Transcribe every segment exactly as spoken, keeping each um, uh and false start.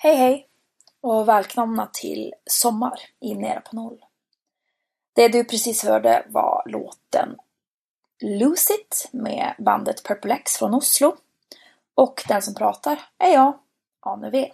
Hej hej och välkomna till Sommar i Nere på Noll. Det du precis hörde var låten Lose It med bandet Purple X från Oslo. Och den som pratar är jag, Ane V.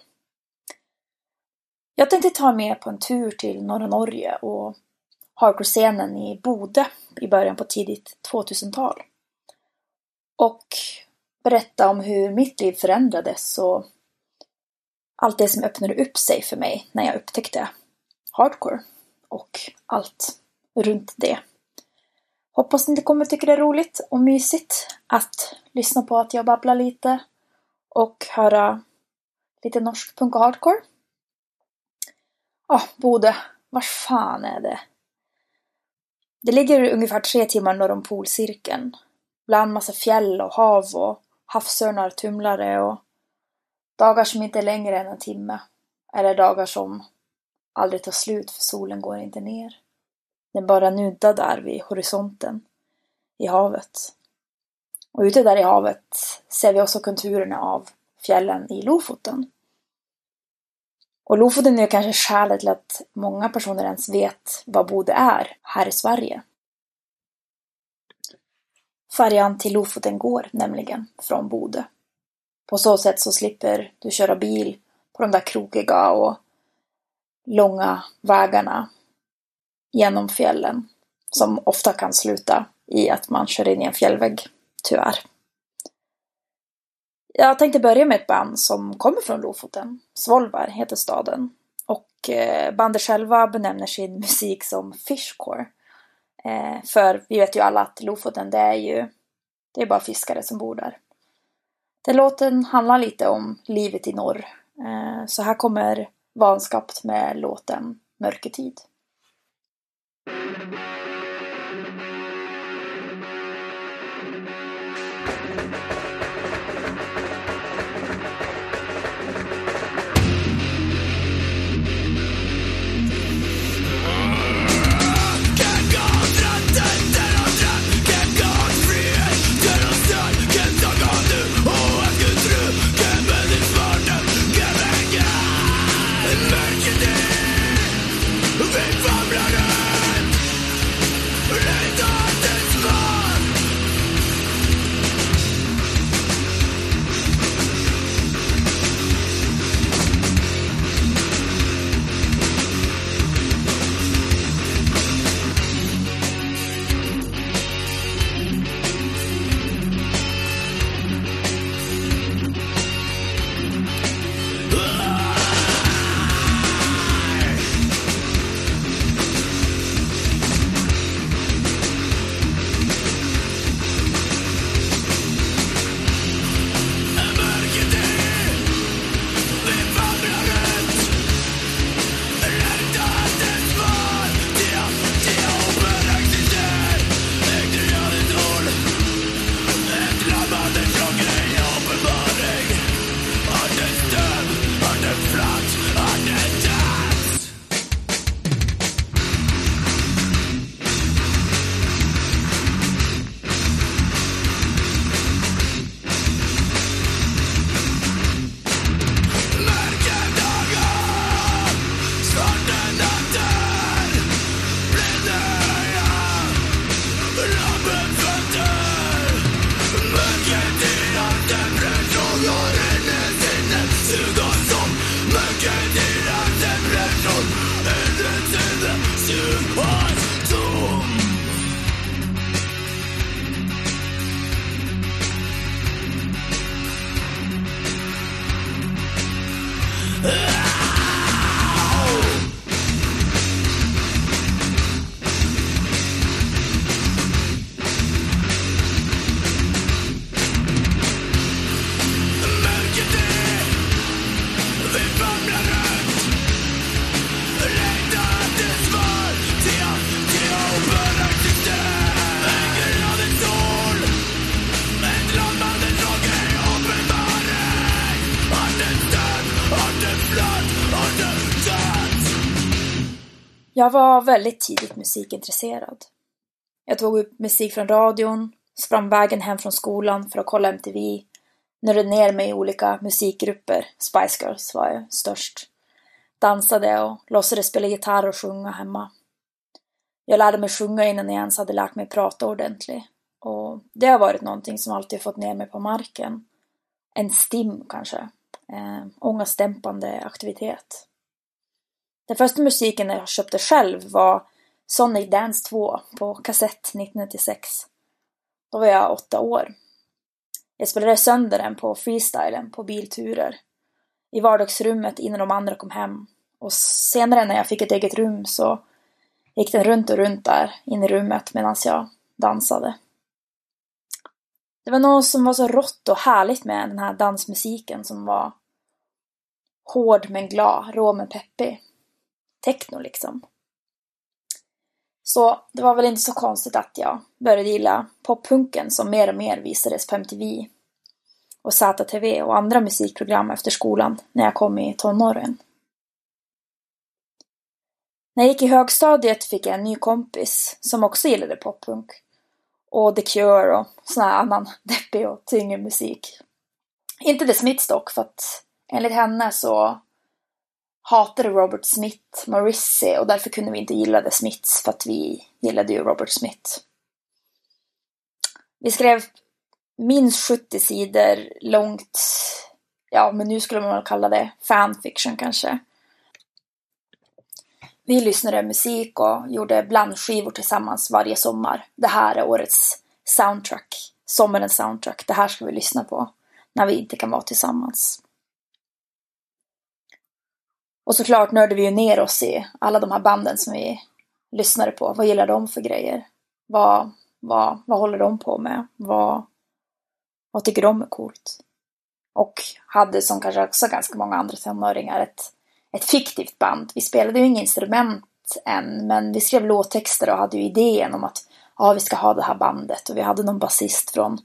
Jag tänkte ta med på en tur till norra Norge och hardcore-scenen i Bodø i början på tidigt tvåtusental. Och berätta om hur mitt liv förändrades och allt det som öppnade upp sig för mig när jag upptäckte hardcore och allt runt det. Hoppas ni kommer tycka det är roligt och mysigt att lyssna på att jag babblar lite och höra lite norsk punk och hardcore. Ja, oh, Bodø, var fan är det? Det ligger ungefär tre timmar norr om polcirkeln. Bland massa fjäll och hav och havsörnar, tumlare och dagar som inte är längre än en timme. Eller dagar som aldrig tar slut för solen går inte ner. Den bara nuddar där vid horisonten i havet. Och ute där i havet ser vi också konturerna av fjällen i Lofoten. Och Lofoten är kanske skälet till att många personer ens vet vad Bodø är här i Sverige. Färjan till Lofoten går nämligen från Bodø. På så sätt så slipper du köra bil på de där krokiga och långa vägarna genom fjällen. Som ofta kan sluta i att man kör in i en fjällvägg, tyvärr. Jag tänkte börja med ett band som kommer från Lofoten. Svolvær heter staden. Och bandet själva benämner sin musik som fishcore. För vi vet ju alla att Lofoten, det är ju det är bara fiskare som bor där. Den låten handlar lite om livet i norr. Så här kommer Vanskapt med låten Mörketid. Jag var väldigt tidigt musikintresserad. Jag tog upp musik från radion, sprang vägen hem från skolan för att kolla M T V, nördade ner mig i olika musikgrupper. Spice Girls var ju störst. Dansade och låtsades spela gitarr och sjunga hemma. Jag lärde mig sjunga innan jag ens hade lärt mig prata ordentligt. Och det har varit någonting som alltid fått ner mig på marken. En stim kanske. Eh, ångestdämpande aktivitet. Den första musiken jag köpte själv var Sonic Dance två på kassett nittonhundranittiosex. Då var jag åtta år. Jag spelade sönder den på freestylen på bilturer. I vardagsrummet innan de andra kom hem. Och senare när jag fick ett eget rum så gick den runt och runt där in i rummet medan jag dansade. Det var något som var så rått och härligt med den här dansmusiken som var hård men glad, rå men peppig. Techno liksom. Så det var väl inte så konstigt att jag började gilla poppunken som mer och mer visades på M T V och Z T V och andra musikprogram efter skolan när jag kom i tonåren. När jag gick i högstadiet fick jag en ny kompis som också gillade poppunk och The Cure och sån här annan deppig och tyngre musik. Inte The Smiths dock, för att enligt henne så hatade Robert Smith Morrissey och därför kunde vi inte gilla The Smiths för att vi gillade ju Robert Smith. Vi skrev minst sjuttio sidor långt, ja men nu skulle man väl kalla det fanfiction kanske. Vi lyssnade musik och gjorde blandskivor tillsammans varje sommar. Det här är årets soundtrack, sommarens soundtrack. Det här ska vi lyssna på när vi inte kan vara tillsammans. Och såklart nördade vi ju ner oss i alla de här banden som vi lyssnade på. Vad gillar de för grejer? Vad, vad, vad håller de på med? Vad, vad tycker de är coolt? Och hade som kanske också ganska många andra tonåringar ett, ett fiktivt band. Vi spelade ju inga instrument än, men vi skrev låttexter och hade ju idén om att ja, vi ska ha det här bandet. Och vi hade någon basist från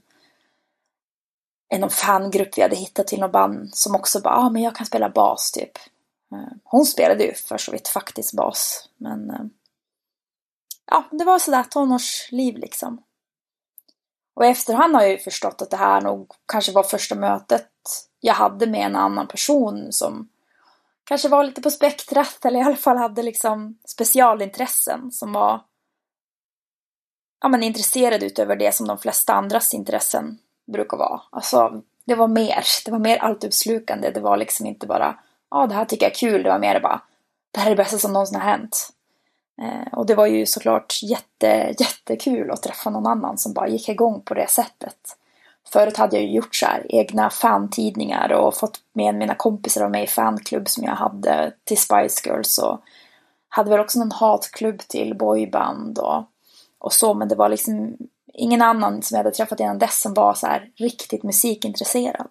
en fangrupp vi hade hittat till någon band som också bara, ja ah, men jag kan spela bas typ. Hon spelade ju för så vitt faktiskt bas. Men ja, det var sådär tonårsliv liksom. Och i efterhand har jag ju förstått att det här nog kanske var första mötet jag hade med en annan person som kanske var lite på spektrat eller i alla fall hade liksom specialintressen som var ja, men intresserad utöver det som de flesta andras intressen brukar vara. Alltså det var mer, det var mer alltuppslukande. Det var liksom inte bara ja, det här tycker jag är kul. Det var mer bara, det här är det bästa som någonsin har hänt. Eh, och det var ju såklart jätte, jättekul att träffa någon annan som bara gick igång på det sättet. Förut hade jag ju gjort så här egna fantidningar och fått med mina kompisar av mig i fanklubb som jag hade till Spice Girls. Och hade väl också någon hatklubb till boyband och, och så. Men det var liksom ingen annan som jag hade träffat innan dess som var så här riktigt musikintresserad.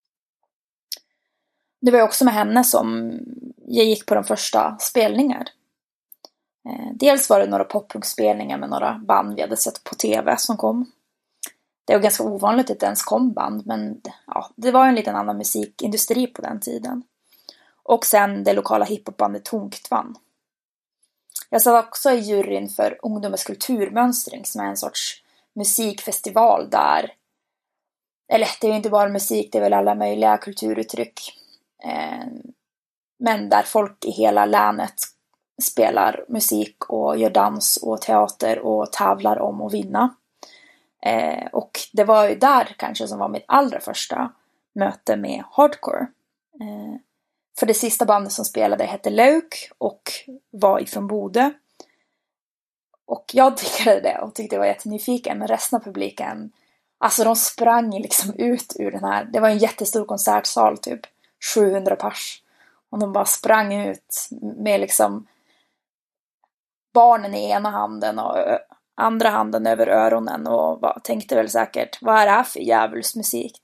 Det var också med henne som jag gick på de första spelningar. Dels var det några poppunkspelningar med några band vi hade sett på tv som kom. Det var ganska ovanligt att det ens kom band, men ja, det var en liten annan musikindustri på den tiden. Och sen det lokala hiphopbandet Tunktvann. Jag satt också i juryn för Ungdomens kulturmönstring som är en sorts musikfestival där, eller det är ju inte bara musik, det är väl alla möjliga kulturuttryck. Men där folk i hela länet spelar musik och gör dans och teater och tävlar om att vinna. Och det var ju där kanske som var mitt allra första möte med hardcore. För det sista bandet som spelade hette Lauk och var ifrån Bodö. Och jag tyckte det och tyckte det var jättenyfiken, men resten av publiken, alltså de sprang liksom ut ur den här, det var en jättestor konsertsal typ. sjuhundra pers. Och de bara sprang ut med liksom barnen i ena handen och andra handen över öronen och bara tänkte väl säkert, vad är det här för djävulsmusik?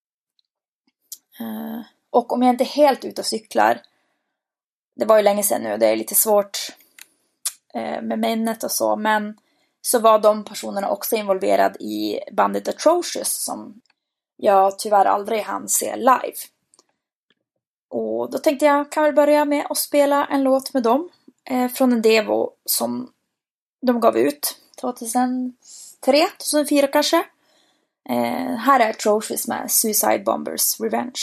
Uh, och om jag inte är helt ute och cyklar, det var ju länge sedan nu, det är lite svårt uh, med minnet och så, men så var de personerna också involverade i bandet Atrocious som jag tyvärr aldrig hann se live. Och då tänkte jag kan väl börja med att spela en låt med dem. Eh, från en demo som de gav ut tjugohundratre, tjugohundrafyra kanske. Eh, här är Atrocious med Suicide Bombers Revenge.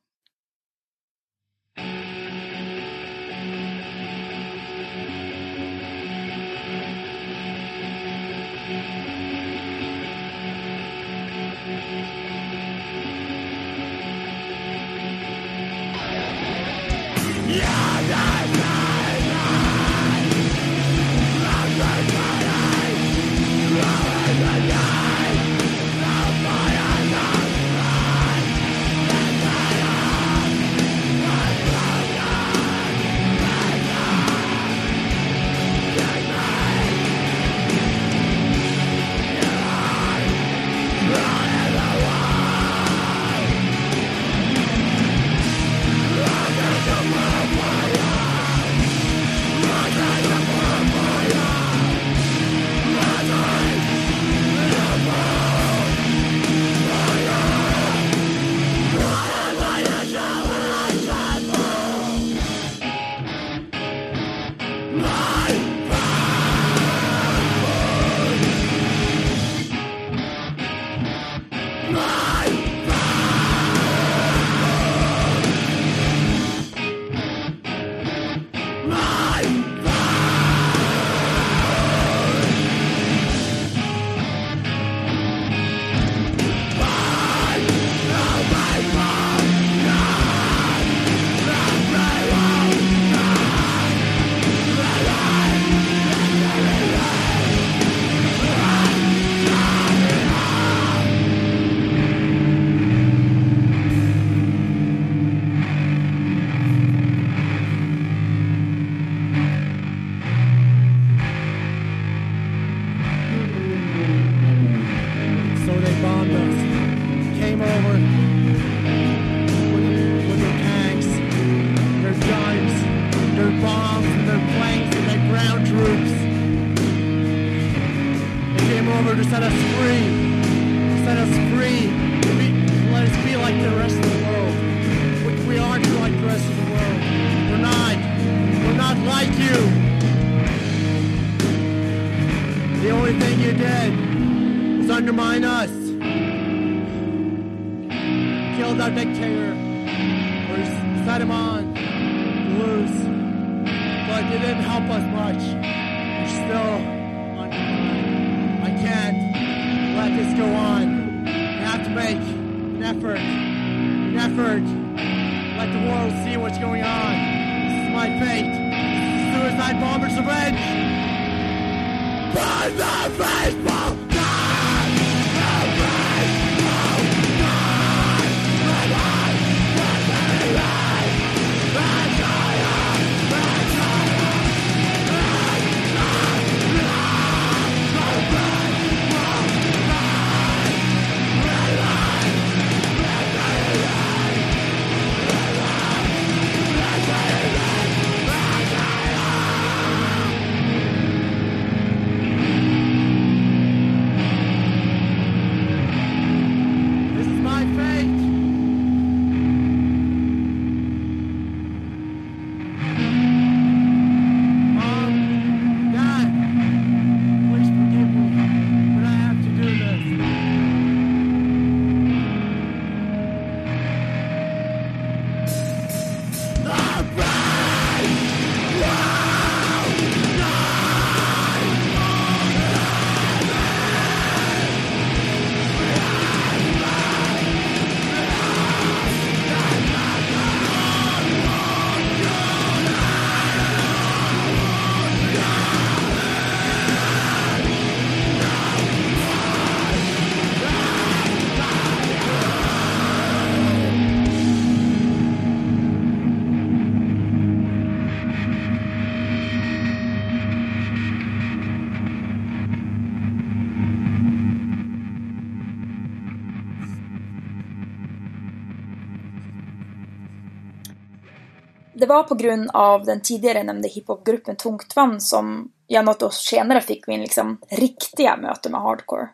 Det var på grund av den tidigare nämnda hiphopgruppen Tungtvann som jag något år senare fick min liksom riktiga möte med hardcore.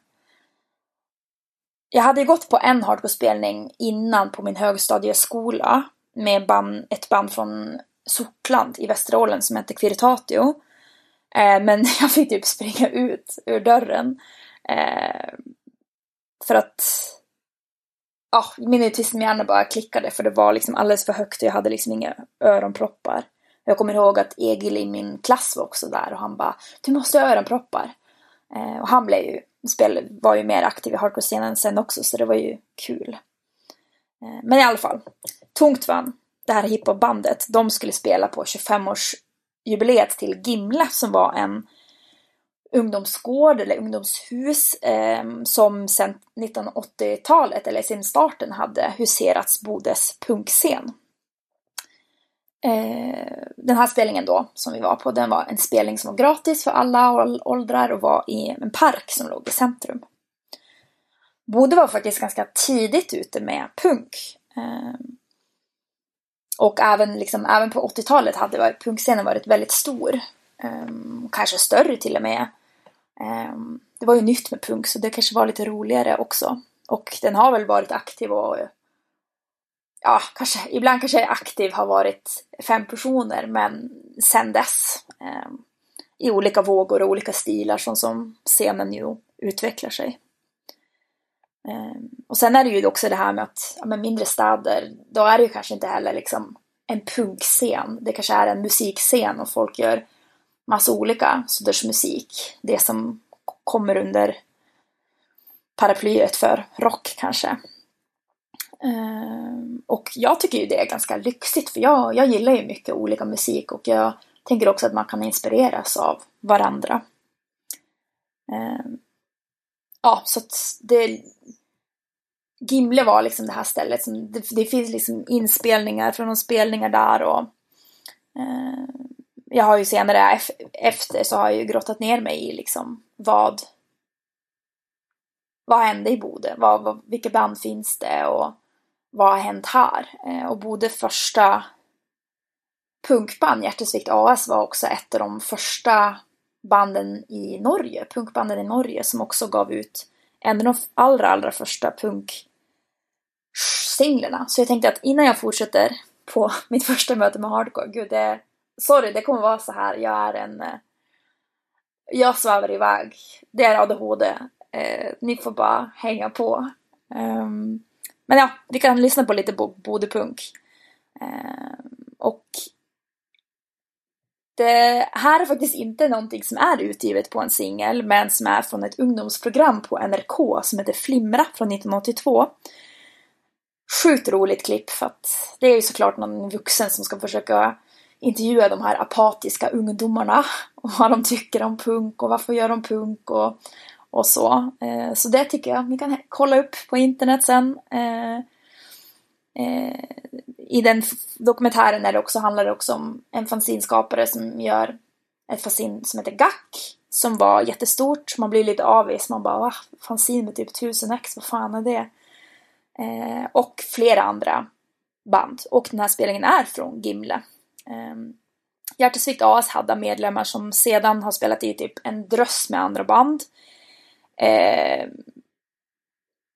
Jag hade gått på en hardcore-spelning innan på min högstadieskola med band, ett band från Sortland i Västerålen som hette Quiritatio. Eh, men jag fick typ springa ut ur dörren. Eh, för att ja, min autism hjärna bara klickade, för det var liksom alldeles för högt och jag hade liksom inga öronproppar. Jag kommer ihåg att Egil i min klass var också där och han bara, du måste ha öronproppar. Eh, och han blev ju, spel, var ju mer aktiv i hardcore-scenen sen också, så det var ju kul. Eh, men i alla fall, Tungt vann. Det här hiphopbandet, de skulle spela på tjugofemårsjubileet till Gimle, som var en ungdomsgård eller ungdomshus eh, som sedan nittonhundraåttiotalet eller sedan starten hade huserats Bodes punkscen. Eh, den här spelningen då som vi var på, den var en spelning som var gratis för alla åldrar och var i en park som låg i centrum. Bode var faktiskt ganska tidigt ute med punk. Eh, och även, liksom, även på åttiotalet hade varit, punkscenen varit väldigt stor. Eh, kanske större till och med. Um, det var ju nytt med punk, så det kanske var lite roligare också. Och den har väl varit aktiv och ja, kanske, ibland kanske aktiv har varit fem personer, men sen dess um, i olika vågor och olika stilar som, som scenen ju utvecklar sig. Um, och sen är det ju också det här med att ja, med mindre städer, då är det ju kanske inte heller liksom en punkscen. Det kanske är en musikscen och folk gör massa olika sorters musik. Det som kommer under paraplyet för rock kanske. Uh, och jag tycker ju det är ganska lyxigt, för jag, jag gillar ju mycket olika musik och jag tänker också att man kan inspireras av varandra. Uh, ja, så att det Gimle var liksom det här stället som det, det finns liksom inspelningar från de spelningar där och uh, jag har ju senare efter så har jag ju grottat ner mig i liksom vad vad hände i Bode, vad, vad, vilka band finns det och vad har hänt här. Eh, och Bode första punkband, Hjärtesvikt A S, var också ett av de första banden i Norge, punkbanden i Norge, som också gav ut en av de allra, allra första punksinglarna. Så jag tänkte att innan jag fortsätter på mitt första möte med hardcore, gud det sorry, det kommer vara så här. Jag är en... Jag svävar iväg. Det är A D H D. Eh, ni får bara hänga på. Um, men ja, vi kan lyssna på lite Bodepunk. Uh, och det här är faktiskt inte någonting som är utgivet på en singel, men som är från ett ungdomsprogram på N R K som heter Flimra från nittonhundraåttiotvå. Sjukt roligt klipp, för att det är ju såklart någon vuxen som ska försöka intervjua de här apatiska ungdomarna och vad de tycker om punk och varför gör de punk och, och så. Eh, så det tycker jag ni kan kolla upp på internet sen. Eh, eh, I den dokumentären är det också, handlar det också om en fanzinskapare som gör ett fanzin som heter Gack, som var jättestort. Man blir lite avis, man bara, va? Fanzin med typ tusen ex, vad fan är det? Eh, och flera andra band. Och den här spelningen är från Gimle. Um, Hjärtesvikt A S hade medlemmar som sedan har spelat i typ en dröss med andra band. Uh,